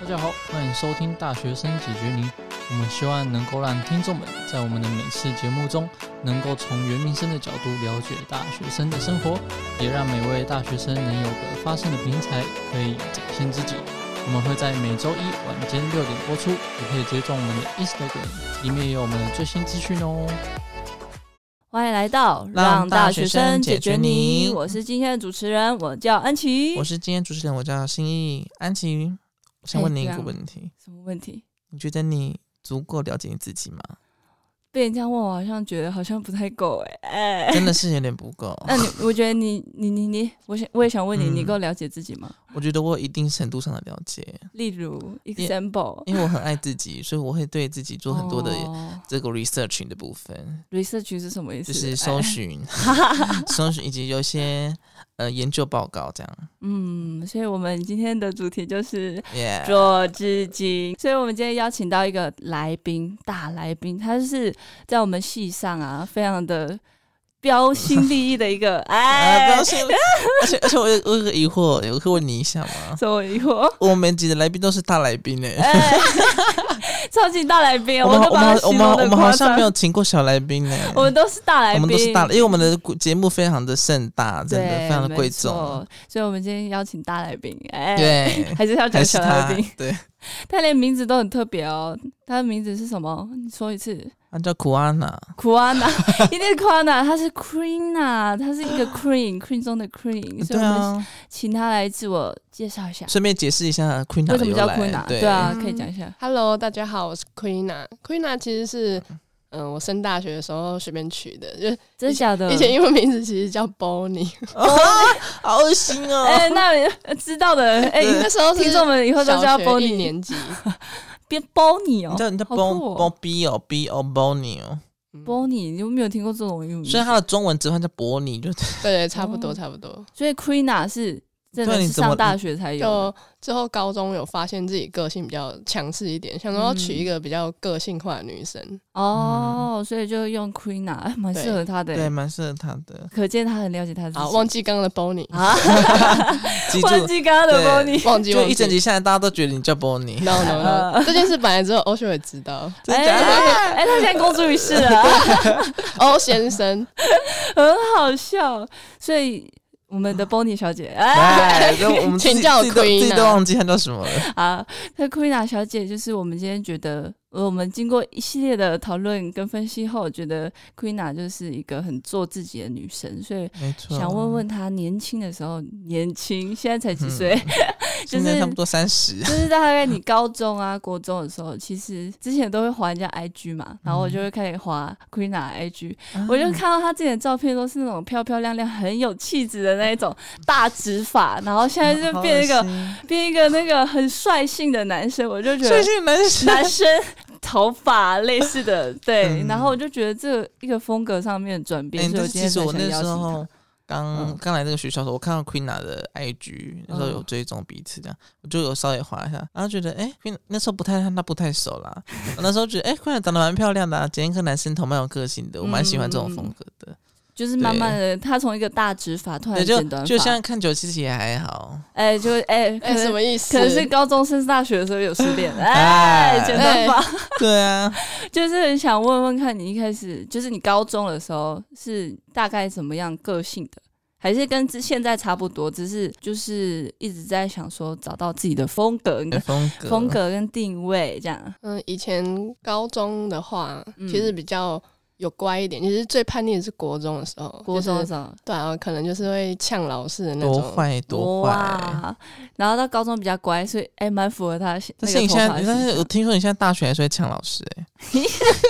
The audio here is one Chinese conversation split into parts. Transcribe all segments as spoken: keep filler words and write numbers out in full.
大家好，欢迎收听大学生解决您。我们希望能够让听众们在我们的每次节目中，能够从原民生的角度了解大学生的生活，也让每位大学生能有个发声的平台，可以展现自己。我们会在每周一晚间六点播出，也可以追踪我们的 Instagram， 里面也有我们的最新资讯哦。 欢迎来到让大学生解决你，我是今天的主持人，我叫安琪。 我是今天主持人，我叫心意。安琪，我想问你一个问题。 什么问题？ 你觉得你足够了解你自己吗？ 被人这样问我，好像觉得好像不太够哎、欸， 真的是有点不够。 那你，我觉得你你你你，我想我也想问你， 嗯、 你够了解自己吗？ 我觉得我有一定程度上的了解。 例如 example， 因为我很爱自己，所以我会对自己做很多的这个 research 的部分。 哦、research 是什么意思？ 就是搜寻、搜寻以及有一些呃研究报告这样。 嗯，所以我们今天的主题就是 yeah. 做自己。所以我们今天邀请到一个来宾，大来宾，他是在我们系上啊，非常的标新立异的一个哎， 啊、标新立异。而且而且我有我有个疑惑，我可以问你一下吗？ 什么疑惑？ 我们几个来宾都是大来宾哎、 欸，超级大来宾， 我们都把他我们我们好像没有请过小来宾呢。 我们都是大来宾， 我们都是大，因为我们的节目非常的盛大，真的非常的贵重， 所以我们今天邀请大来宾。哎、欸， 对， 还是要讲小来宾， 对， 他连名字都很特别哦。他的名字是什么？你说一次。 他叫库安娜， 库安娜，一定是库安娜，她是 Queen 啊，她是一个 Queen，Queen 中的 Queen， 所以我们请她来自我介绍一下， 顺便解释一下 Queen 为什么叫 Queen 啊？对啊，可以讲一下。 Hello， 大家好，我是 Queen。Queen 其实是嗯、呃，我升大学的时候随便取的，就真的假的？ 以前英文名字其实叫 Bonnie， 哦、好恶心哦！ 哎、欸，那知道的，哎、欸， 那时候听众们以后都叫 Bonnie 一年级， 变 Bonnie 哦， 你叫你叫 Bon B 哦 ，B O Bonnie 哦。 Bonnie， 你有没有听过这种英文？ 所以它的中文直翻叫伯尼，就对对，差不多、哦、差不多。 所以 Queen 是真的是上大学才有， 就之后高中有发现自己个性比较强势一点，想说要娶一个比较个性化的女生、 嗯、哦，所以就用 Queen， 蛮适合她的， 对，蛮适合她的。 可见她很了解她自己。 好，忘记刚刚的 Bonnie 啊，忘记刚刚的 Bonnie， 忘记就一整集下来，大家都觉得你叫 Bonnie。 No No No， 这件事本来只有欧秀也知道， 真的假的？ 哎、欸，他现在公诸于世了， 欧先生很好笑，所以。我们的 Bonnie 小姐， 哎，我们请叫 Queen， 自己都忘记她叫什么了。 好，那 Queen 小姐就是我们今天觉得，我们经过一系列的讨论跟分析后，觉得 Queen 就是一个很做自己的女生，所以想问问她年轻的时候，年轻现在才几岁？嗯就是现在差不多三十， 就是大概你高中啊、国中的时候，其实之前都会滑人家 I G 嘛，然后我就会开始滑 Queen 的 I G，、嗯、我就看到她之前的照片都是那种漂漂亮亮、很有气质的那一种大直发，然后现在就变一个变一个那个很率性的男生，我就觉得率性男生男生头发类似的，对、嗯，然后我就觉得这一个风格上面的转变，欸、所以我今天才想邀请他。 刚刚来这个学校的时候，我看到 Queen 的 I G， 那时候有追踪彼此这样，我就有稍微滑一下，然后觉得哎、欸、，Queen 那时候不太和他不太熟啦，我那时候觉得哎、欸、，Queen 长得蛮漂亮的、啊，剪一颗男生头蛮有个性的，我蛮喜欢这种风格的。嗯就是慢慢的，他从一个大直发突然剪短发， 就现在看久其实也还好。 哎、欸，就哎哎、欸，什么意思？ 可能是高中升大学的时候有失恋，哎、欸，剪短发、欸。 对啊， 就是很想问问看你一开始，就是你高中的时候是大概怎么样个性的，还是跟现在差不多？只是就是一直在想说找到自己的风格、 风格、 风格跟定位这样。 嗯，以前高中的话，其实比较。有乖一点，其实最叛逆的是国中的时候。 国中的时候， 就是、对啊，可能就是会呛老师的那种， 多坏多坏。 然后到高中比较乖，所以哎，蛮符合他。 但是你现在，但是我听说你现在大学还是会呛老师哎、欸。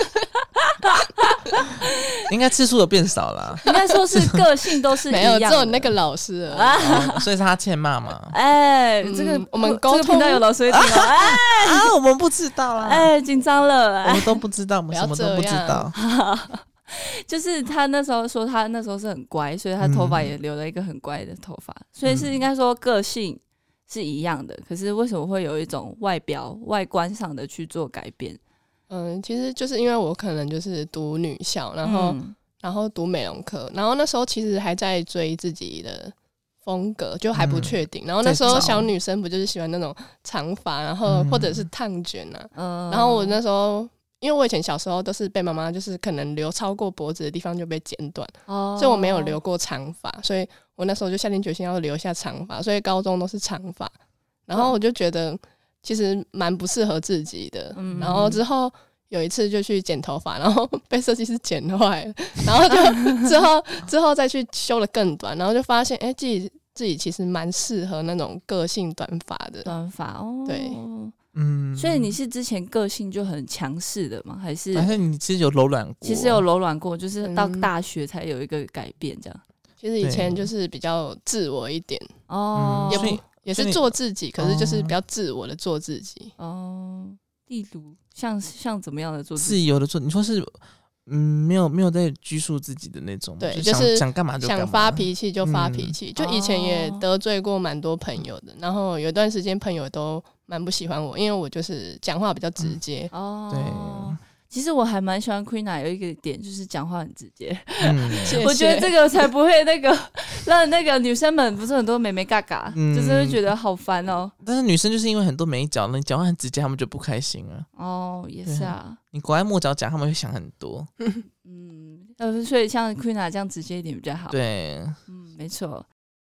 应该次数有变少啦， 应该说是个性都是一样的， 没有，只有那个老师了、 哦，所以是他欠骂嘛。 哎、欸，这个、 嗯、我们沟通、 这个频道有老师会听哦。哎、 欸、啊，我们不知道啦， 哎、欸，紧张了， 我们都不知道，我们什么都不知道。 就是他那时候说他那时候是很乖，所以他头发也留了一个很乖的头发、嗯，所以是应该说个性是一样的，可是为什么会有一种外表外观上的去做改变？ 嗯，其实就是因为我可能就是读女校，然后、嗯、然后读美容科，然后那时候其实还在追自己的风格，就还不确定、嗯。然后那时候小女生不就是喜欢那种长发，然后或者是烫卷啊、嗯。然后我那时候，因为我以前小时候都是被妈妈就是可能留超过脖子的地方就被剪短、哦，所以我没有留过长发，所以我那时候就下定决心要留下长发，所以高中都是长发。然后我就觉得其实蛮不适合自己的、嗯。然后之后有一次就去剪头发，然后被设计师剪坏了，然后就之后之后再去修了更短，然后就发现哎、欸，自己自己其实蛮适合那种个性短发的。 短发哦， 对。 嗯，所以你是之前个性就很强势的吗？还是还是你其实有柔软过？ 其实有柔软过，就是到大学才有一个改变这样。 其实以前就是比较自我一点哦，也不也是做自己，可是就是比较自我的做自己哦。例如像像怎么样的做自己？ 自由的做，你说是嗯，没有没有在拘束自己的那种， 对， 就是想干嘛就干嘛， 想发脾气就发脾气、嗯。就以前也得罪过蛮多朋友的、哦，然后有一段时间朋友都蛮不喜欢我，因为我就是讲话比较直接、嗯、 哦。 对， 其实我还蛮喜欢 Queena 有一个点，就是讲话很直接。 嗯， 我觉得这个才不会那个让那个女生们不是很多美眉嘎嘎、嗯，就是会觉得好烦哦。 但是女生就是因为很多美角，你讲话很直接，他们就不开心了。 哦，也是啊。 你拐弯抹角讲，他们会想很多。 嗯，呃，所以像 Queena 这样直接一点比较好。 对， 嗯，没错。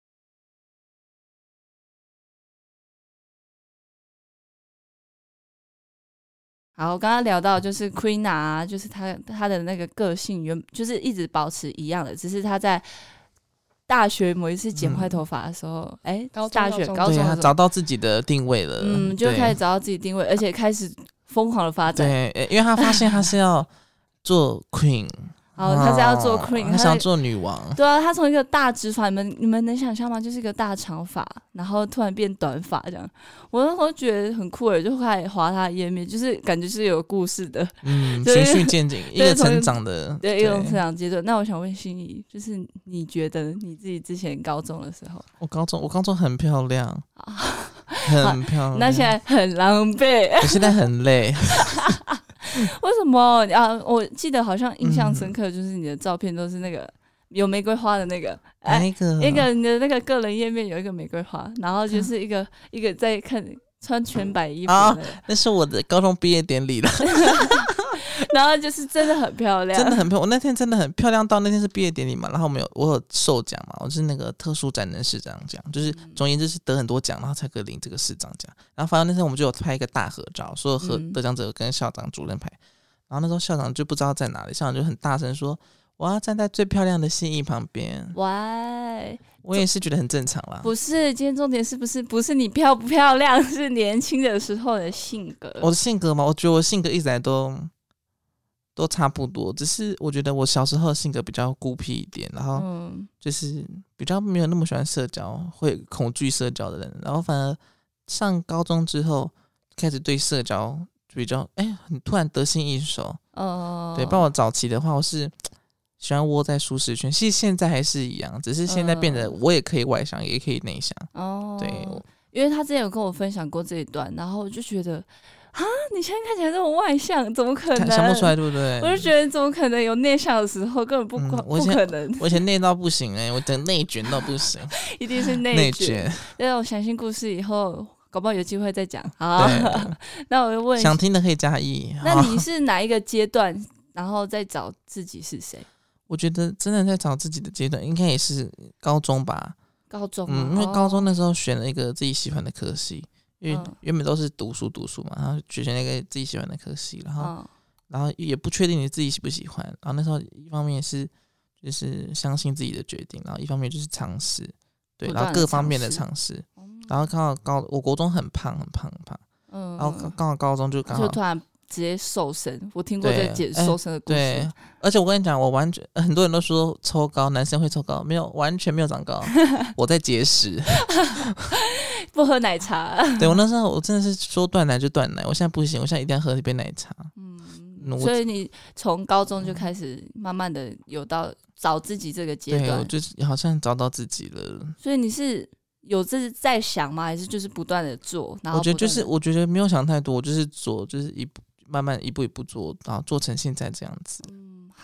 好，我刚刚聊到就是 Queena 啊，就是她她的那个个性原就是一直保持一样的，只是她在大学某一次剪坏头发的时候，哎、嗯欸，大学高中的时候她找到自己的定位了， 嗯，就开始找到自己定位，而且开始疯狂的发展。 对，因为她发现她是要做 Queen。 哦，他是要做 Queen， 他想要做女王。 对啊，他从一个大直发，你们你们能想象吗？就是一个大长发，然后突然变短发这样，我那时候觉得很酷诶，就开始滑他的页面，就是感觉是有故事的， 嗯，循序渐进，一个成长的， 对，一种成长阶段。那我想问心怡，就是你觉得你自己之前高中的时候， 我高中我高中很漂亮，很漂亮， 那现在很狼狈， 我现在很累。 为什么啊？我记得好像印象深刻，就是你的照片都是那个有玫瑰花的那个， 哎，那个那个你的那个个人页面有一个玫瑰花，然后就是一个、嗯、一个在看穿全白衣服的、 啊，那是我的高中毕业典礼了。 然后就是真的很漂亮， 真的很漂亮。我那天真的很漂亮到那天是毕业典礼嘛，然后我们有我有受奖嘛，我是那个特殊展能市长奖，就是总而言之是得很多奖，然后才可以领这个市长奖。然后反正那天我们就有拍一个大合照，所有合得奖者跟校长主任拍。然后那时候校长就不知道在哪里，校长就很大声说：“我要站在最漂亮的心怡旁边。” 喂， 我也是觉得很正常啦。 不是，今天重点是不是不是你漂不漂亮，是年轻的时候的性格。 我的性格嘛，我觉得我性格一直来都都差不多，只是我觉得我小时候的性格比较孤僻一点，然后就是比较没有那么喜欢社交，会恐惧社交的人。然后反而上高中之后，开始对社交比较哎，很突然得心应手。哦，对，不然我早期的话，我是喜欢窝在舒适圈，其实现在还是一样，只是现在变得我也可以外向，也可以内向。哦，对， 因为他之前有跟我分享过这一段，然后我就觉得。啊！你现在看起来这么外向，怎么可能？ 想不出来，对不对？ 我就觉得怎么可能有内向的时候，根本不、嗯、不可能。 我以前内到不行哎、欸，我等内卷到不行， 一定是内卷。那我相信故事以后，搞不好有机会再讲。好，那我就问， 想听的可以加一。 那你是哪一个阶段，然后再找自己是谁？ 我觉得真的在找自己的阶段，应该也是高中吧。 高中、啊， 嗯，因为高中那时候选了一个自己喜欢的科系。因为原本都是读书读书嘛，然后选那个自己喜欢的科系，然后、哦、然后也不确定你自己喜不喜欢，然后那时候一方面是就是相信自己的决定，然后一方面就是尝试，对，然后各方面的尝试，然后刚好高我国中很胖很胖很胖，嗯，然后刚好高中就刚好就突然直接瘦身，我听过这减瘦身的故事、 欸。对，而且我跟你讲，我完全很多人都说抽高，男生会抽高，没有，完全没有长高，我在节食， 不喝奶茶。 对，我那时候我真的是说断奶就断奶，我现在不行，我现在一定要喝一杯奶茶。 嗯，所以你从高中就开始慢慢的有到找自己这个阶段， 对，我就是好像找到自己了。 所以你是有这在想吗？还是就是不断的做？然后我觉得就是我觉得没有想太多，我就是做，就是一步慢慢一步一步做，然后做成现在这样子。 嗯，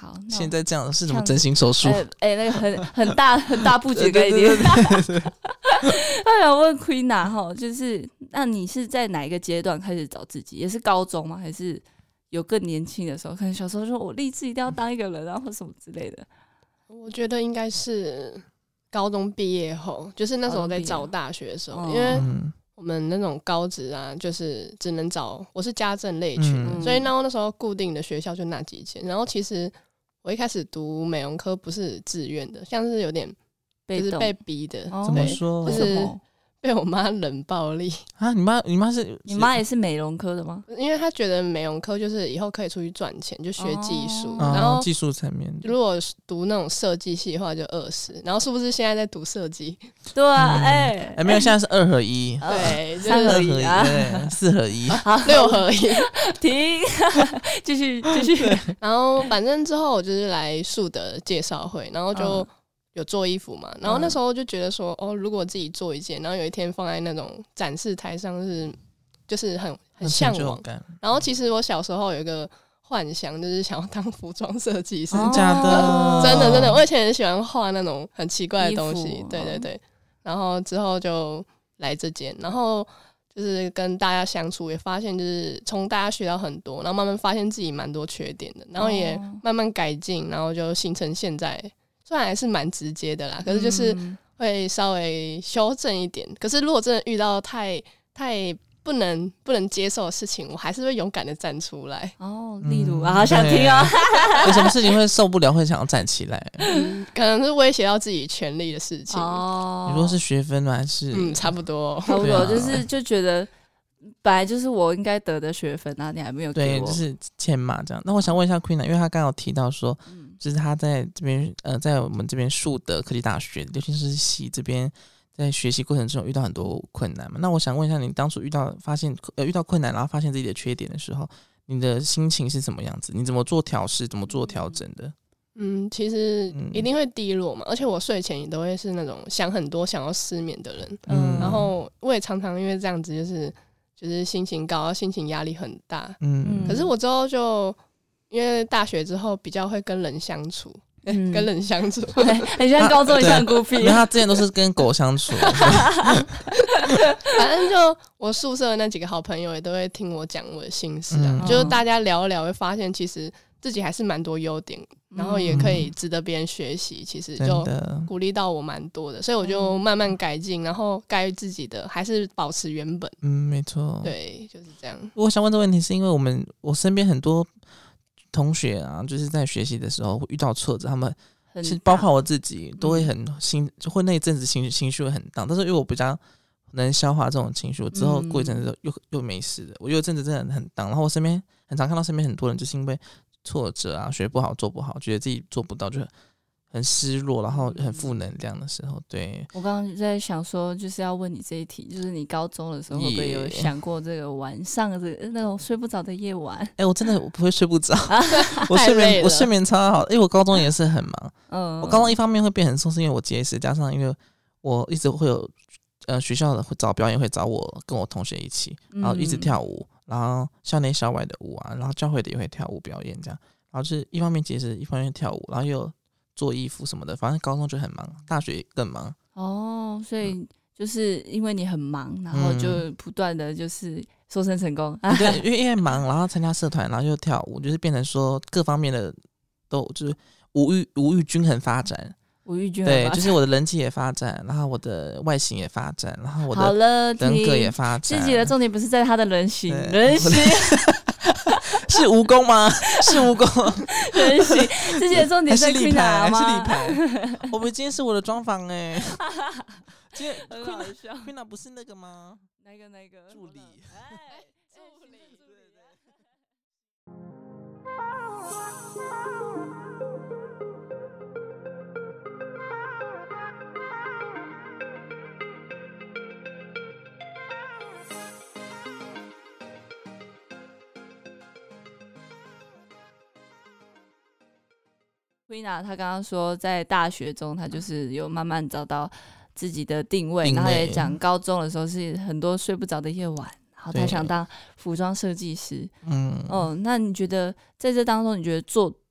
好， 现在这样是什么整形手术？ 哎、欸欸，那个很很大很大布局的概念。我想问 Queena 哈，就是那你是在哪一个阶段开始找自己？也是高中吗？还是有更年轻的时候？可能小时候说我立志一定要当一个人，然后什么之类的。 我觉得应该是高中毕业后，就是那时候在找大学的时候，因为我们那种高职啊，就是只能找我是家政类群、嗯，所以那那时候固定的学校就那几间。然后其实我一开始读美容科不是自愿的，像是有点就是被逼的。 怎么说？ 就是被我妈冷暴力啊！你妈，你妈是你妈也是美容科的吗？ 因为她觉得美容科就是以后可以出去赚钱，就学技术、 哦， 然后技术层面。 如果读那种设计系的话，就二十。然后是不是现在在读设计？ 对啊，哎、嗯、 哎、欸，没有，现在是二合一， 对， 三合一啊， 对，四合一， 六合一。 停，继续继续。 然后反正之后我就是来树德介绍会，然后就。嗯有做衣服嘛，然后那时候就觉得说，哦，如果自己做一件，然后有一天放在那种展示台上是，就是很很向往。然后其实我小时候有一个幻想，就是想要当服装设计师。 真假的？ 真的真的，我以前很喜欢画那种很奇怪的东西，对对对。然后之后就来这间，然后就是跟大家相处，也发现就是从大家学到很多，然后慢慢发现自己蛮多缺点的，然后也慢慢改进，然后就形成现在。虽然还是蛮直接的啦，可是就是会稍微修正一点。可是如果真的遇到太太不能不能接受的事情，我还是会勇敢的站出来。 哦，例如啊，好想听哦。 有什么事情会受不了，会想要站起来？ 嗯，可能是威胁到自己权利的事情。 哦， 你说是学分吗？还是嗯，差不多， 差不多，就是就觉得。本来就是我应该得的学分啊，你还没有给我， 对，就是欠骂这样。那我想问一下 Queena， 因为他刚刚有提到说，嗯、就是他在这边呃，在我们这边树德科技大学流行师系这边，在学习过程中遇到很多困难嘛。那我想问一下，你当初遇到发现呃遇到困难，然后发现自己的缺点的时候，你的心情是什么样子？你怎么做调试？怎么做调整的？ 嗯，其实一定会低落嘛，而且我睡前也都会是那种想很多、想要失眠的人。嗯，然后我也常常因为这样子，就是。就是心情高，心情压力很大。嗯，可是我之后就因为大学之后比较会跟人相处，嗯、跟人相处， 很像高中一样孤僻。 因为他之前都是跟狗相处。反正就我宿舍的那几个好朋友也都会听我讲我的心事啊，嗯、就是大家聊一聊，会发现其实自己还是蛮多优点。然后也可以值得别人学习，其实就鼓励到我蛮多的，所以我就慢慢改进，然后该自己的还是保持原本。 嗯，没错， 对，就是这样。 我想问这个问题，是因为我们我身边很多同学啊，就是在学习的时候会遇到挫折，他们其实包括我自己都会很心，就会那一阵子情情绪会很荡，但是因为我比较能消化这种情绪，之后过一阵子又又没事了。我有一阵子真的很荡，然后我身边很常看到身边很多人就是因为。挫折啊，学不好做不好，觉得自己做不到，就很失落，然后很负能量的时候。对， 我刚刚在想说，就是要问你这一题，就是你高中的时候会不会有想过这个晚上的、這個、那种睡不着的夜晚？ 哎、欸，我真的我不会睡不着，我睡眠我睡眠超好，因为我高中也是很忙。嗯，我高中一方面会变很松，是因为我节食，加上因为我一直会有呃学校的会找表演会找我跟我同学一起，然后一直跳舞。嗯，然后校内校外的舞啊，然后教会的也会跳舞表演这样，然后就是一方面节食，一方面跳舞，然后又做衣服什么的，反正高中就很忙，大学更忙。 哦，所以就是因为你很忙，然后就不断的就是瘦身成功。 嗯、对，因为因为忙，然后参加社团，然后又跳舞，就是变成说各方面的都就是无欲无欲均衡发展。 无欲均衡对，就是我的人气也发展，然后我的外形也发展，然后我的人格也发展。 自己的重点不是在他的人形，人形是蜈蚣吗？是蜈蚣。 人形，自己的重点在 Queena 吗？ 还是立牌？我们今天是我的专访哎。今天 Queena Queena 不是那个吗？ 哪个哪个助理？ 哎，助理助理。Queena 她刚刚说，在大学中，她就是有慢慢找到自己的定位，定位然后也讲高中的时候是很多睡不着的夜晚，然后她想当服装设计师。嗯，哦，那你觉得在这当中，你觉得做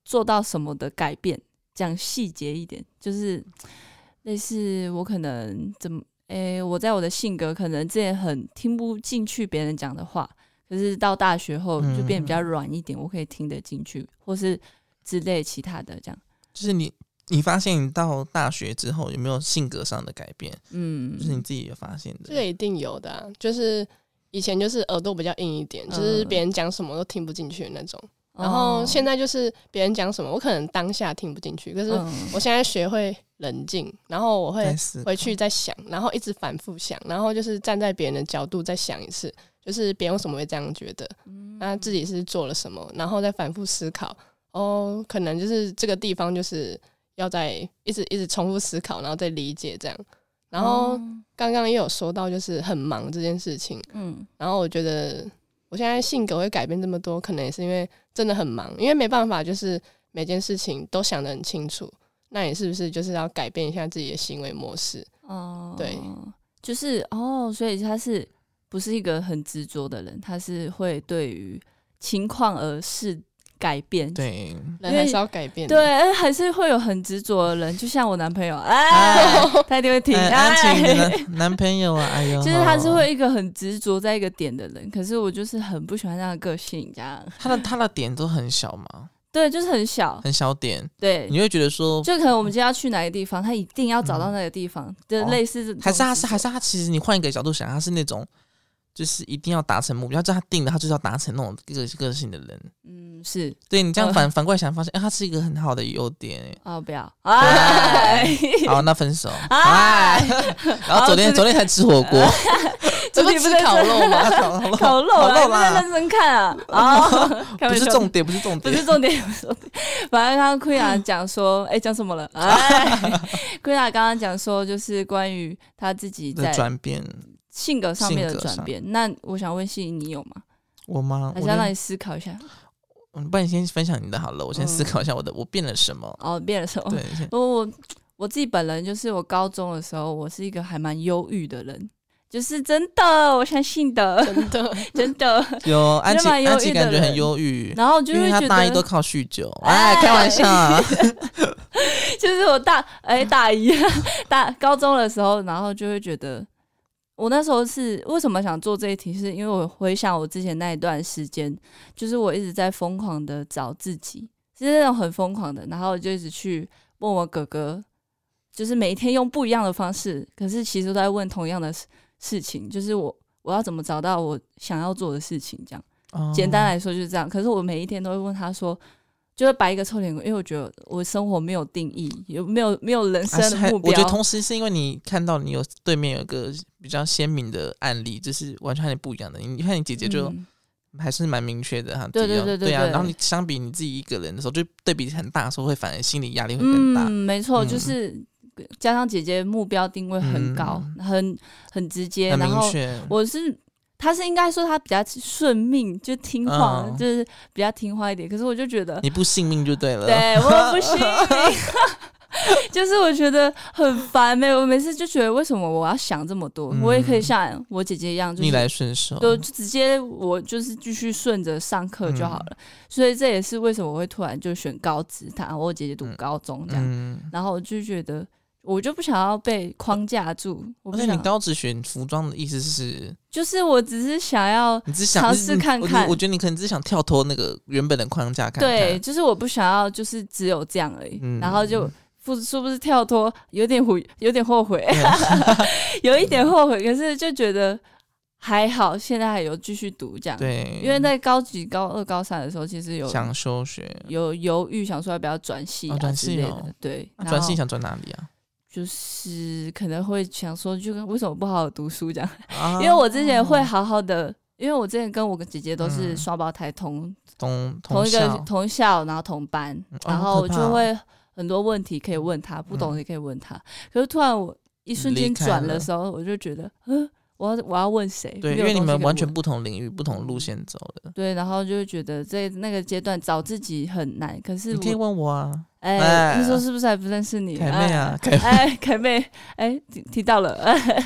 做到什么的改变，讲细节一点，就是类似我可能怎么，诶、欸，我在我的性格可能之前很听不进去别人讲的话，可是到大学后就变得比较软一点，嗯、我可以听得进去，或是之类其他的这样。 就是你，你发现你到大学之后有没有性格上的改变？嗯，就是你自己有发现的。 这个一定有的、啊，就是以前就是耳朵比较硬一点，就是别人讲什么都听不进去的那种。然后现在就是别人讲什么，我可能当下听不进去，可是我现在学会冷静，然后我会回去再想，然后一直反复想，然后就是站在别人的角度再想一次，就是别人为什么会这样觉得，那自己是做了什么，然后再反复思考。哦，可能就是这个地方就是要再一直一直重复思考，然后再理解这样。然后刚刚也有说到就是很忙这件事情，嗯，然后我觉得我现在性格会改变这么多，可能也是因为真的很忙，因为没办法就是每件事情都想得很清楚，那你是不是就是要改变一下自己的行为模式？哦，对， 就是哦，所以他是不是一个很执着的人？他是会对于情况而视改变， 对， 人还是要改变的， 对，还是会有很执着的人，就像我男朋友，哎，他一定会听， 哎，安晴的男男朋友啊，哎呦， 就是他是会一个很执着在一个点的人，可是我就是很不喜欢这样的个性，这样。 他的他的点都很小嘛， 对，就是很小， 很小点， 对， 你会觉得说， 就可能我们今天要去哪个地方，他一定要找到那个地方，嗯、就类似这种， 还是他是还是他其实你换一个角度想，他是那种。就是一定要达成目标，就他定的，他就是要达成那种个个性的人。嗯， 是对你这样反、呃、反过来想，发现，哎、欸，他是一个很好的优点。 哦，不要， 哎，好，那分手。哎，然后昨天昨天才吃火锅， 这不是烤肉吗？ 烤肉， 烤肉，烤肉啦，认真看啊。哦， 不是重点，不是重点， 不是重点，不是重点。反正刚刚 Queena 讲说，哎、欸，讲什么了？哎 ，Queena 刚刚讲说，就是关于他自己在转变。 性格上面的转变，那我想问信你有吗？ 我吗？ 还是要让你思考一下？ 嗯，不然你先分享你的好了，我先思考一下我的，嗯、我变了什么？ 哦，变了什么？ 对， 我我我自己本人就是我高中的时候，我是一个还蛮忧郁的人，就是真的，我相信的， 真的真的有安琪，安琪感觉很忧郁， 然后就会觉得因为他大一都靠酗酒，哎，开玩笑、啊， 就是我大哎大一大高中的时候，然后就会觉得。我那时候是为什么想做这一题，是因为我回想我之前那一段时间，就是我一直在疯狂的找自己，是那种很疯狂的，然后就一直去问我哥哥，就是每一天用不一样的方式，可是其实都在问同样的事情，就是我我要怎么找到我想要做的事情，这样、哦、简单来说就是这样。可是我每一天都会问他说，就会摆一个臭脸，因为我觉得我生活没有定义，有没有没有人生的目标。 我觉得同时是因为你看到你有对面有一个比较鲜明的案例，就是完全和你不一样的。你看你姐姐就还是蛮明确的哈、嗯，对对对 对, 对啊。然后你相比你自己一个人的时候，就对比很大的时候，会反而心理压力会更大。 嗯，没错，嗯、就是加上姐姐目标定位很高，嗯、很很直接， 很明确。 然后我是。他是应该说他比较顺命，就听话、嗯，就是比较听话一点。可是我就觉得你不信命就对了， 对我不信命，就是我觉得很烦呗、欸。我每次就觉得为什么我要想这么多？嗯、我也可以像我姐姐一样，就是逆来顺受， 就直接我就是继续顺着上课就好了、嗯。所以这也是为什么我会突然就选高职，他我姐姐读高中这样，嗯、然后我就觉得。我就不想要被框架住。 而且你高职选服装的意思是， 就是我只是想要尝试看看。 我, 我觉得你可能只是想跳脱那个原本的框架看看。 对，就是我不想要，就是只有这样而已。嗯、然后就不是不是跳脱，有点悔，有点后悔，有一点后悔。可是就觉得还好，现在还有继续读这样。 对， 因为在高几、高二、高三的时候，其实有想休学， 有犹豫，想说要不要转系啊之类的。哦、对， 转系想转哪里啊？ 就是可能会想说，就为什么不好好读书这样？啊、因为我之前会好好的，因为我之前跟我姐姐都是双胞胎同， 嗯、同同一个同校，然后同班，嗯、然后就会很多问题可以问她，不懂也可以问她。嗯、可是突然我一瞬间转的时候，我就觉得，嗯，我要我要问谁？ 对，因为你们完全不同领域、不同路线走的。 对，然后就会觉得在那个阶段找自己很难。可是你可以问我啊。 哎、欸，你说是不是还不认识你？ 凯妹啊， 哎，凯妹，哎、欸，提到了，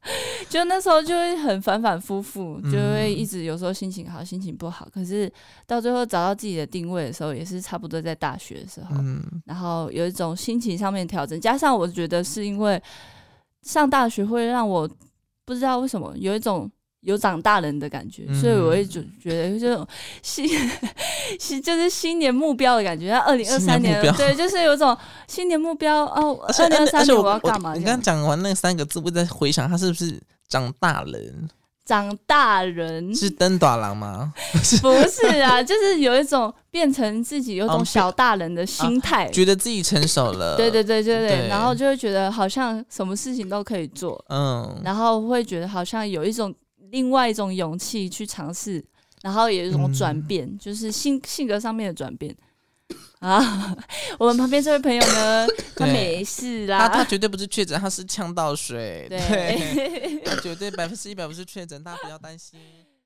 就那时候就会很反反复复，就会一直有时候心情好，心情不好。可是到最后找到自己的定位的时候，也是差不多在大学的时候。嗯、然后有一种心情上面调整，加上我觉得是因为上大学会让我不知道为什么有一种有长大人的感觉，嗯、所以我会觉得这种新就是新年目标的感觉。二零二三年，对，就是有种新年目标哦。二零二三年我要干嘛？ 你刚讲完那三个字，我在回想他是不是长大人？ 长大人是登大郎吗？ 不是啊，就是有一种变成自己有种小大人的心态、 啊，觉得自己成熟了。 对对对对 对, 对，然后就会觉得好像什么事情都可以做，嗯，然后会觉得好像有一种另外一种勇气去尝试，然后有一种转变，嗯、就是性性格上面的转变。啊，我们旁边这位朋友呢，他没事啦， 他他绝对不是确诊，他是呛到水，对，对他绝对百分之一百不是确诊，大家不要担心。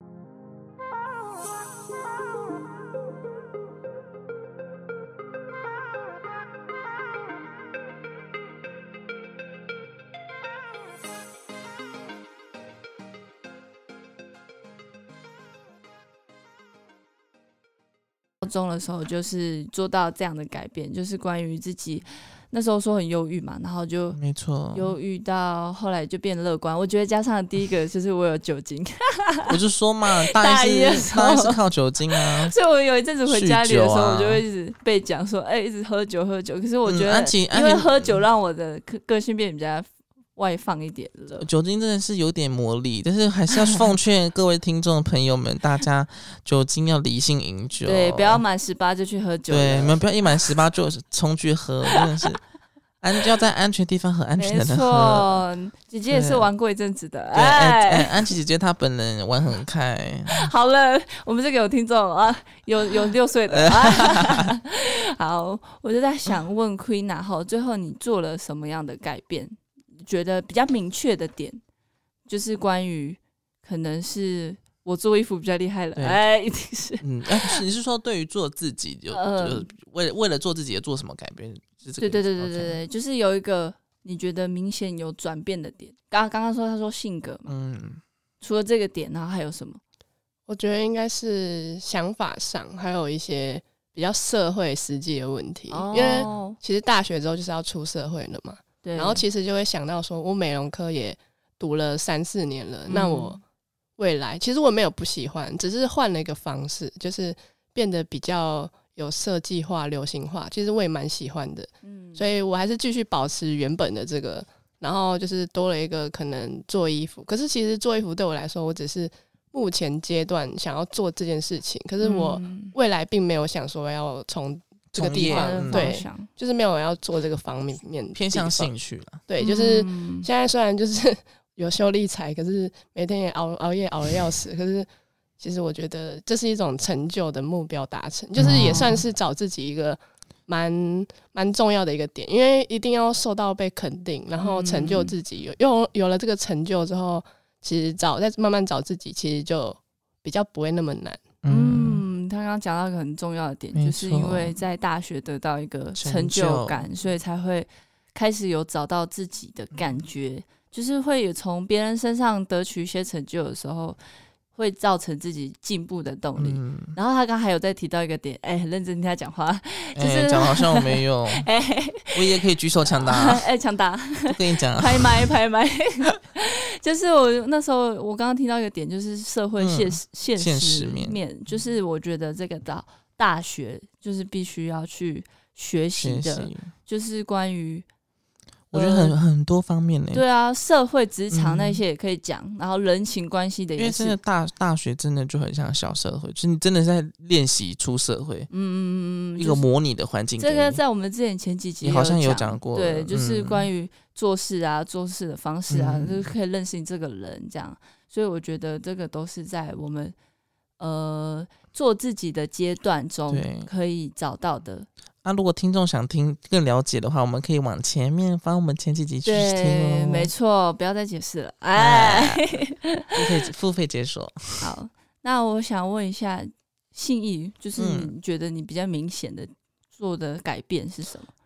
高中的时候就是做到这样的改变，就是关于自己那时候说很忧郁嘛，然后就没错， 忧郁到后来就变乐观。我觉得加上第一个就是我有酒精， 我就说嘛，大一是大一是靠酒精啊， 所以我有一阵子回家里的时候，我就会一直被讲说，哎、欸，一直喝酒喝酒。可是我觉得，因为喝酒让我的个性变得比较外放一点了。 酒精真的是有点魔力，但是还是要奉劝各位听众朋友们，大家酒精要理性饮酒， 对，不要满十八就去喝酒， 对，你们不要一满十八就冲去喝，真的是安要在安全地方和安全的人喝。 没错，姐姐也是玩过一阵子的， 对，哎、欸，安琪姐姐她本人玩很开。 好了，我们这个有听众啊，有有六岁的。啊、好，我就在想问 Queena 后，最后你做了什么样的改变？觉得比较明确的点，就是关于可能是我做衣服比较厉害了，哎，一定是， 嗯，哎、啊，你是说对于做自己有，呃、就为了为了做自己有做什么改变？是这个意思？ 对对对对对对， okay. 就是有一个你觉得明显有转变的点。刚刚刚说他说性格嘛，嗯，除了这个点，然后还有什么？ 我觉得应该是想法上，还有一些比较社会实际的问题，哦、因为其实大学之后就是要出社会了嘛。然后其实就会想到说，我美容科也读了三四年了，嗯、那我未来其实我没有不喜欢，只是换了一个方式，就是变得比较有设计化、流行化。其实我也蛮喜欢的，嗯，所以我还是继续保持原本的这个，然后就是多了一个可能做衣服。可是其实做衣服对我来说，我只是目前阶段想要做这件事情，可是我未来并没有想说要从这个地方，对，就是没有要做这个方面偏向兴趣了。 对，就是现在虽然就是有修理财，可是每天也熬熬夜熬得要死。可是其实我觉得这是一种成就的目标达成，就是也算是找自己一个蛮蛮重要的一个点，因为一定要受到被肯定，然后成就自己。有有有了这个成就之后，其实找再慢慢找自己，其实就比较不会那么难。 嗯，他刚刚讲到一个很重要的点，就是因为在大学得到一个成就感，所以才会开始有找到自己的感觉，就是会有从别人身上得取一些成就的时候，会造成自己进步的动力。嗯、然后他刚还有再提到一个点，哎、欸，很认真听他讲话，就是讲、欸、好像我没有，哎、欸，我也可以举手抢答、啊， 哎、欸，抢答， 我跟你讲、啊， 拍麦拍麦。就是我那时候，我刚刚听到一个点，就是社会现实、嗯、现实面，面就是我觉得这个到大学就是必须要去学习的，就是关于我觉得很、呃、很多方面呢。 对啊，社会职场那些也可以讲、嗯，然后人情关系的也是。 因为真的大大学真的就很像小社会，就是你真的在练习出社会，嗯嗯嗯，一个模拟的环境、就是。 这个在我们之前前几集你好像有讲过， 对，就是关于做事啊、嗯、做事的方式啊，嗯、就是可以认识你这个人这样。所以我觉得这个都是在我们呃做自己的阶段中可以找到的。 那、啊、如果听众想听更了解的话，我们可以往前面翻我们前几集去听哦。 对，没错，不要再解释了。哎， 付费付费解锁。 好，那我想问一下信义，就是你觉得你比较明显的做的改变是什么？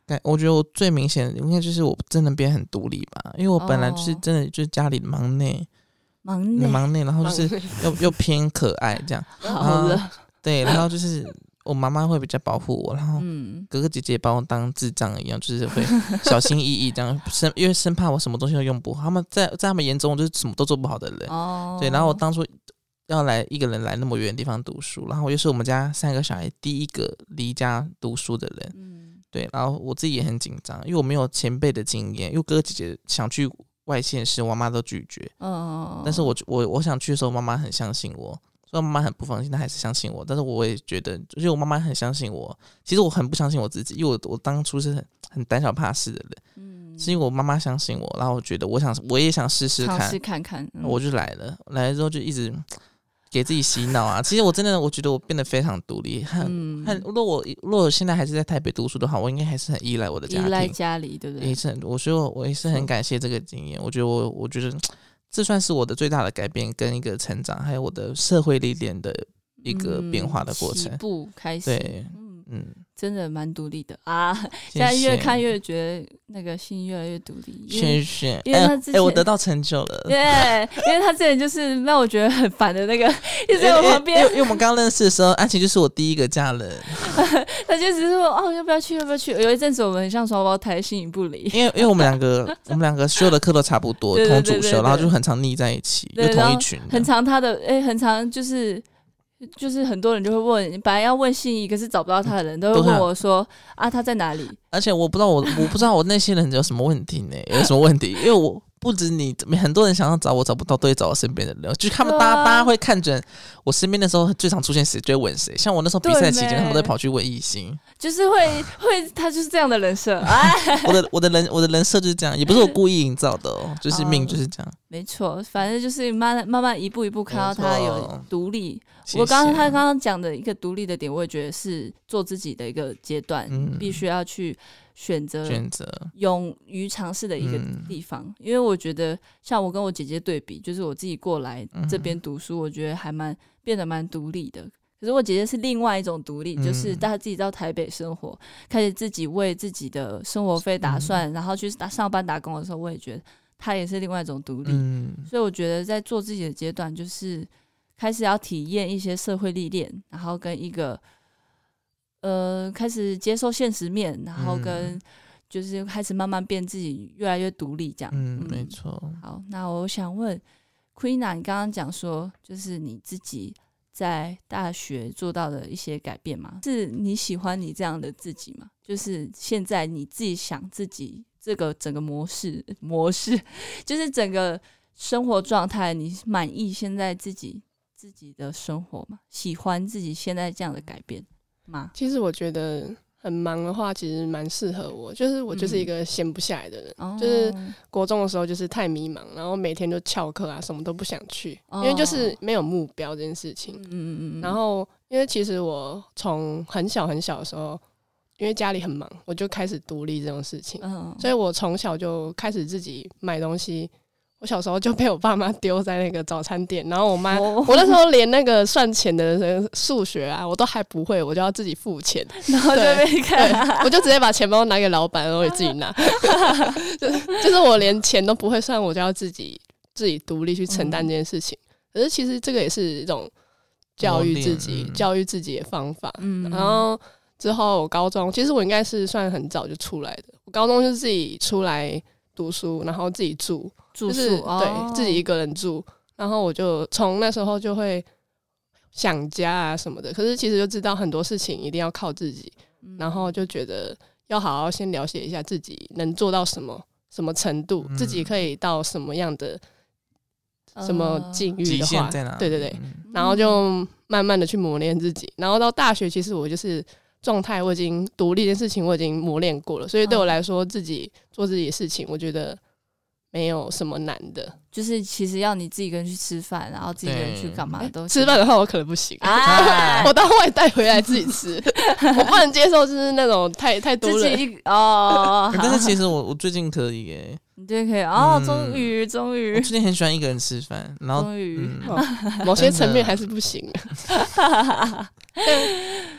我觉得我最明显的应该就是我真的变很独立吧，因为我本来就是真的就是家里的忙内， 忙内忙内，然后就是又又偏可爱这样， 好了， 对，然后就是我妈妈会比较保护我，然后哥哥姐姐把我当智障一样，就是会小心翼翼这样，生因为生怕我什么东西都用不好，他们在在他们眼中我就是什么都做不好的人， 哦， 对，然后我当初要来一个人来那么远的地方读书，然后我又是我们家三个小孩第一个离家读书的人，嗯，对，然后我自己也很紧张，因为我没有前辈的经验，因为哥哥姐姐想去外县市，我妈都拒绝，嗯，但是我我我想去的时候，妈妈很相信我。虽然妈妈很不放心，但还是相信我。但是我也觉得，就是我妈妈很相信我。其实我很不相信我自己，因为我我当初是很很胆小怕事的人。嗯，是因为我妈妈相信我，然后我觉得我想我也想试试看， 尝试看看、嗯， 我就来了。来了之后就一直给自己洗脑啊。其实我真的我觉得我变得非常独立。很、嗯、很，如果我如果我现在还是在台北读书的话，我应该还是很依赖我的家庭， 依赖家里，对不对？ 也是很，我所以我也是很感谢这个经验。我觉得我我觉得这算是我的最大的改变跟一个成长，还有我的社会历练的一个变化的过程，起步开始， 对，嗯， 真的蛮独立的啊！现在越看越觉得那个信越来越独立， 谢谢， 因为他之前， 哎、欸，我得到成就了， 对，因为他之前就是让我觉得很烦的那个，一直在我旁边。 因为因为我们刚认识的时候，安琪就是我第一个家人， 他就只是说哦，要不要去，要不要去？有一阵子我们很像双胞胎，形影不离。 因为因为我们两个，我们两个修的课都差不多， 对对对对同主修，然后就很常腻在一起，就同一群， 很常他的哎、欸，很常就是。就是很多人就会问，本来要问信义，可是找不到他的人都会问我说啊，他在哪里？ 而且我不知道我我不知道我那些人有什么问题呢？有什么问题？因为我不止你，很多人想要找我找不到，都会找我身边的人。就是他们大家、啊、大家会看准我身边的时候，最常出现谁就会问谁。像我那时候比赛期间，他们都会跑去问艺兴， 就是会会他就是这样的人设。哎， 我的我的人我的人设就是这样，也不是我故意营造的哦，就是命就是这样。哦、 没错，反正就是慢慢慢一步一步看到他有独立。我刚刚他刚刚讲的一个独立的点，我也觉得是做自己的一个阶段，嗯、必须要去选择选择勇于尝试的一个地方。嗯、因为我觉得，像我跟我姐姐对比，就是我自己过来这边读书，嗯、我觉得还蛮变得蛮独立的。可是我姐姐是另外一种独立，嗯、就是她自己到台北生活，开始自己为自己的生活费打算，嗯、然后去打上班打工的时候，我也觉得她也是另外一种独立。嗯、所以我觉得在做自己的阶段，就是开始要体验一些社会历练，然后跟一个呃开始接受现实面，然后跟就是开始慢慢变自己越来越独立这样。 嗯，没错。 好，那我想问 Queena， 你刚刚讲说就是你自己在大学做到的一些改变吗？是你喜欢你这样的自己吗？就是现在你自己想自己这个整个模式模式，就是整个生活状态，你满意现在自己自己的生活吗？喜欢自己现在这样的改变吗？ 其实我觉得很忙的话，其实蛮适合我。就是我就是一个闲不下来的人，嗯、就是国中的时候就是太迷茫，然后每天就翘课啊，什么都不想去，哦、因为就是没有目标这件事情。嗯嗯嗯。然后因为其实我从很小很小的时候，因为家里很忙，我就开始独立这种事情，嗯、所以我从小就开始自己买东西。我小时候就被我爸妈丢在那个早餐店，然后我妈，哦、我那时候连那个算钱的数学啊，我都还不会，我就要自己付钱， 然后就被看， 我就直接把钱包拿给老板，然后也自己拿，就, 就是我连钱都不会算，我就要自己自己独立去承担这件事情。嗯、可是其实这个也是一种教育自己、嗯、教育自己的方法。嗯，然后之后我高中，其实我应该是算很早就出来的，我高中就自己出来读书，然后自己住。 住宿、 就是对、 哦、 自己一个人住，然后我就从那时候就会想家啊什么的，可是其实就知道很多事情一定要靠自己，嗯、然后就觉得要好好先了解一下自己能做到什么什么程度，嗯、自己可以到什么样的什么境遇的话， 在哪？ 对对对，嗯、然后就慢慢的去磨练自己，然后到大学其实我就是状态我已经独立的事情我已经磨练过了，所以对我来说自己做自己的事情，我觉得没有什么难的， 就是其实要你自己一个人去吃饭，然后自己一个人去干嘛都吃饭的话，我可能不行，啊、我到外带回来自己吃，我不能接受就是那种太太多人自己哦。 但是其实我我最近可以耶， 你最近可以哦，终于终于， 我最近很喜欢一个人吃饭，然后终于、 嗯哦、某些层面还是不行。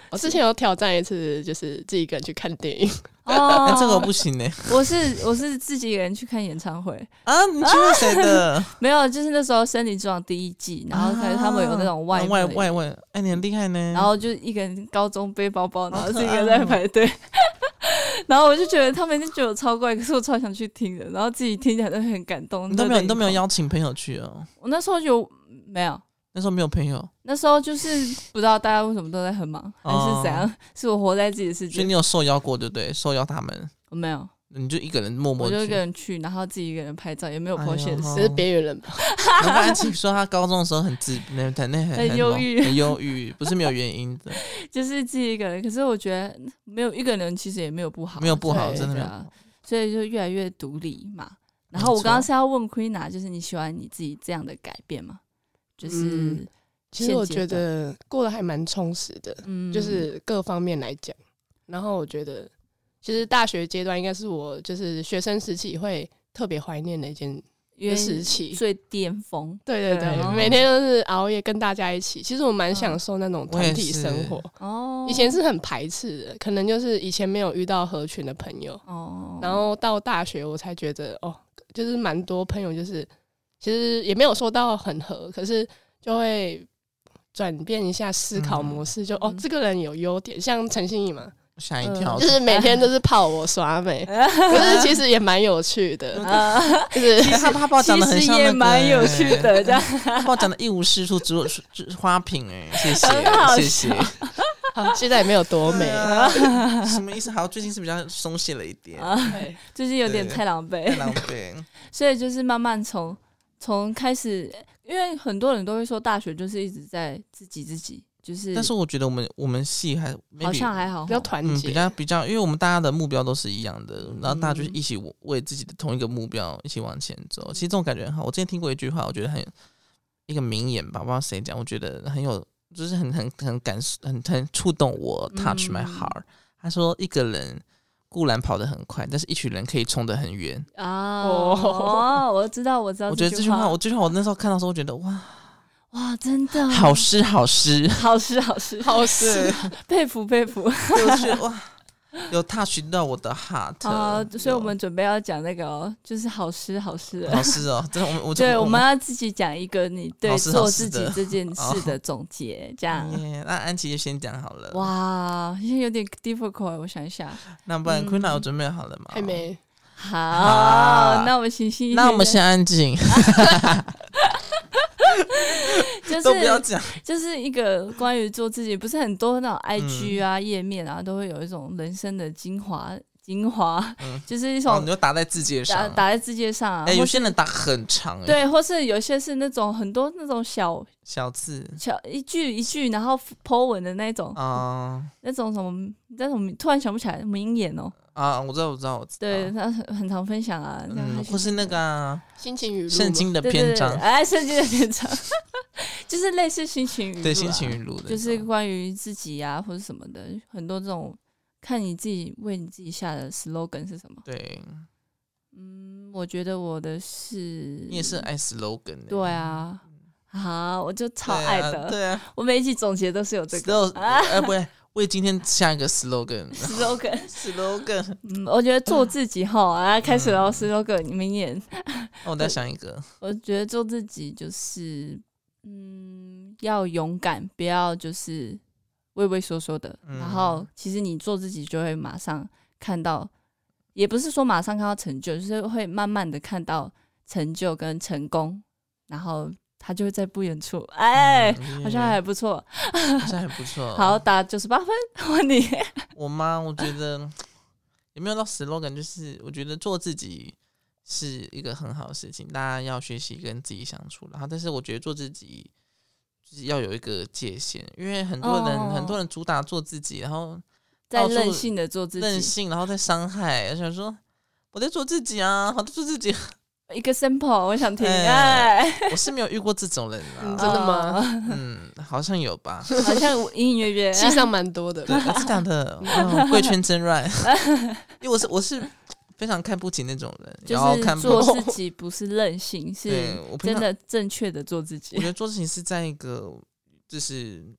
我之前有挑战一次，就是自己一个人去看电影。 哦、 欸，这个我不行呢、欸。 我是我是自己一个人去看演唱会啊，你去看谁的？ 没有，就是那时候《森林之王》第一季，然后他们有那种外外外外，哎、欸，你很厉害呢。 然后就一个人高中背包包，然后自己一个人在排队。然后我就觉得他们就觉得我超怪，可是我超想去听的，然后自己听起来都很感动。 你都没有，你都没有邀请朋友去哦？ 我那时候有没有？ 那时候没有朋友。 那时候就是不知道大家为什么都在很忙，还是怎样？哦、是我活在自己的世界。 所以你有受邀过，对不对？受邀他们？ 我没有。 你就一个人默默去， 我就一个人去，然后自己一个人拍照，也没有po现实， 只是边缘人吧。 然后安琪说她高中的时候很自那很那很忧郁， 很忧郁，不是没有原因的， 就是自己一个人。可是我觉得没有一个人其实也没有不好， 没有不好，真的没有不好。 所以就越来越独立嘛。然后我刚刚是要问 Queena， 就是你喜欢你自己这样的改变吗？就是、嗯、 其实我觉得过得还蛮充实的，嗯，就是各方面来讲。然后我觉得。其实大学阶段应该是我就是学生时期会特别怀念的一件时期， 最巅峰。 对对对，哦、每天都是熬夜跟大家一起。其实我蛮享受那种团体生活。哦，以前是很排斥的，可能就是以前没有遇到合群的朋友。哦，然后到大学我才觉得哦，就是蛮多朋友，就是其实也没有说到很合，可是就会转变一下思考模式，嗯、就哦，这个人有优点，像陈欣怡嘛。 吓一跳、 嗯，就是每天都是泡我耍美，可是其实也蛮有趣的，就是他他把我讲的很像、那個、 其实也蛮有趣的，这样他把我讲的一无是处，只有花瓶哎、欸，谢谢谢谢。 好，现在也没有多美， 什么意思？好，最近是比较松懈了一点， 最近有点太狼狈， 太狼狈。 所以就是慢慢从从开始，因为很多人都会说大学就是一直在自己自己。就是， 但是我觉得我们我们系还好像还好， 比较团结、 嗯，比较比较，因为我们大家的目标都是一样的，然后大家就是一起为自己的同一个目标一起往前走。其实这种感觉很好。我之前听过一句话，我觉得很一个名言吧，不知道谁讲，我觉得很有，就是很很很感很很触动我 ，touch my heart、嗯。他说，一个人固然跑得很快，但是一群人可以冲得很远啊！哦，我知道，我知道。 我觉得这句话，我这句话我那时候看到的时候，我觉得哇。 哇，真的好诗好诗好诗好诗好诗， 佩服佩服， 就是哇，有 touch 到我的 heart 啊！所以我们准备要讲那个哦，就是好诗好诗好诗哦，真的，我们我对，我们要自己讲一个你对做自己这件事的总结，这样。 那安琪就先讲好了。 哇，现在有点 difficult， 我想一下。 那不然 Queena 有准备好了吗？ 还没。 好，好那我们行行。 那我们先安静。 就是都不要讲， 就是一个关于做自己，不是很多那种 I G 啊、页、嗯、面啊，都会有一种人生的精华，精华，嗯、就是一种、 哦、你就打在字节上， 打, 打在字节上啊。 哎、欸，有些人打很长、欸， 对，或是有些是那种很多那种小小字， 小一句一句，然后 po 文的那种啊、嗯，那种什么那种突然想不起来名言哦。 啊，我知道，我知道，我知道。 对，他很常分享啊， 嗯，或是那个、啊、 心情语录， 圣经的篇章， 哎，圣经的篇章，就是类似心情语录、啊， 对，心情语录的， 就是关于自己啊或者什么的，很多这种，看你自己为你自己下的 slogan 是什么。 对， 嗯，我觉得我的是， 你也是爱 slogan 的， 对啊，好，我就超爱的， 对啊， 我每一集总结都是有这个， 哎、啊，不会。为今天下一个 slogan，slogan，slogan， slogan 嗯，我觉得做自己哈啊，开始了 slogan 名言。 我再想一个， 我觉得做自己就是，嗯，要勇敢，不要就是畏畏缩缩的。嗯、然后，其实你做自己就会马上看到，也不是说马上看到成就，就是会慢慢的看到成就跟成功，然后。他就会在不远处，哎、嗯，好像还不错， 好像还不错。 好，打九十八分，问你。 我吗？我觉得也没有到 slogan， 就是我觉得做自己是一个很好的事情，大家要学习跟自己相处。然后，但是我觉得做自己就是要有一个界限，因为很多人、哦、很多人主打做自己，然后在任性的做自己， 任性，然后在伤害。想说我在做自己啊，我在做自己。 一个 sample 我想听，哎、 欸，我是没有遇过这种人啊， 嗯、真的吗？ 嗯，好像有吧， 好像隐隐约约， 系上蛮多的， 对，是这样的，贵圈真乱，因为我是我是非常看不起那种人， 就是做自己不是任性，是真的正确的做自己。 我觉得做事情是在一个就是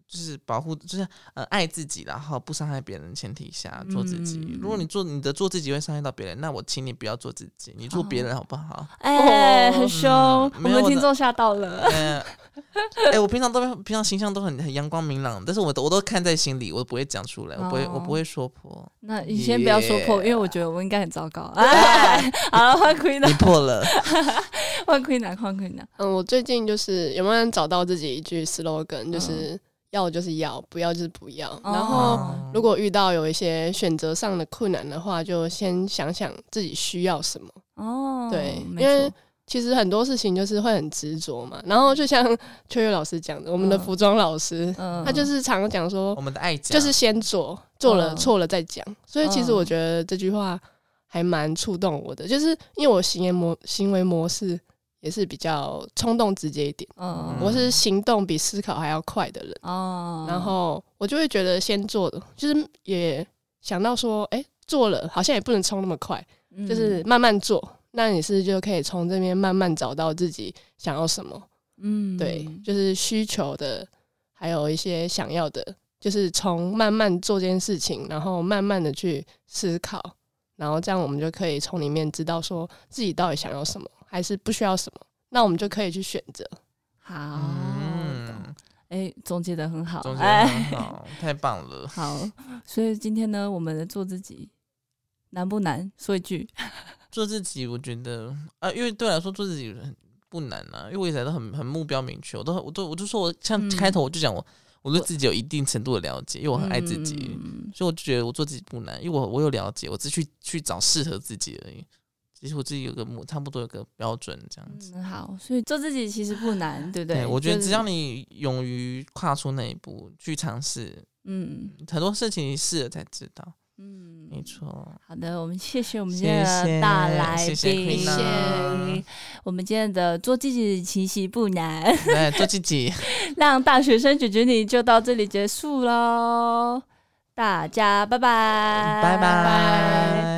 就是保护，就是呃爱自己，然后不伤害别人的前提下做自己。嗯、如果你做你的做自己会伤害到别人，那我请你不要做自己，你做别人好不好？ 哎、欸，很凶、嗯，我们听众吓到了。 哎、欸，我平常都平常形象都很很阳光明朗，但是我都我都看在心里，我都不会讲出来，我不会、哦、我不会说破。 那你先不要说破， yeah. 因为我觉得我应该很糟糕。哎，好了，换 Queen， 你破了， 换 Queen， 换 Queen。 嗯，我最近就是有没有人找到自己一句 slogan， 就是。嗯要就是要，不要就是不要。然后，如果遇到有一些选择上的困难的话，就先想想自己需要什么。哦，对，因为其实很多事情就是会很执着嘛。然后，就像秋月老师讲的，我们的服装老师，嗯、他就是常常讲说， 我们的爱讲就是先做，做了错了再讲。所以，其实我觉得这句话还蛮触动我的，就是因为我行为模行为模式。也是比较冲动直接一点，嗯，我是行动比思考还要快的人，哦，然后我就会觉得先做的，就是也想到说，哎、欸，做了好像也不能冲那么快，嗯、就是慢慢做，那你是就可以从这边慢慢找到自己想要什么，嗯，对，就是需求的，还有一些想要的，就是从慢慢做这件事情，然后慢慢的去思考，然后这样我们就可以从里面知道说自己到底想要什么。还是不需要什么，那我们就可以去选择。 好，哎、嗯，总结得很好， 总结得很好，太棒了。 好，所以今天呢，我们的做自己难不难？说一句， 做自己，我觉得啊，因为对我来说做自己不难啊，因为我一直都很很目标明确，我都我都我就说我像开头我就讲我。嗯我对自己有一定程度的了解，因为我很爱自己，嗯、所以我就觉得我做自己不难，因为我我有了解，我只去去找适合自己而已。其实我自己有个差不多有个标准这样子、 嗯。好，所以做自己其实不难，对不对？ 对，我觉得只要你勇于跨出那一步去尝试，嗯，很多事情你试了才知道。嗯，没错。 好的，我们谢谢我们今天的大来宾， 谢谢，谢谢我们今天的做自己其实不难， 对，做自己， 让大学生解决你就到这里结束喽，大家拜拜， 拜拜。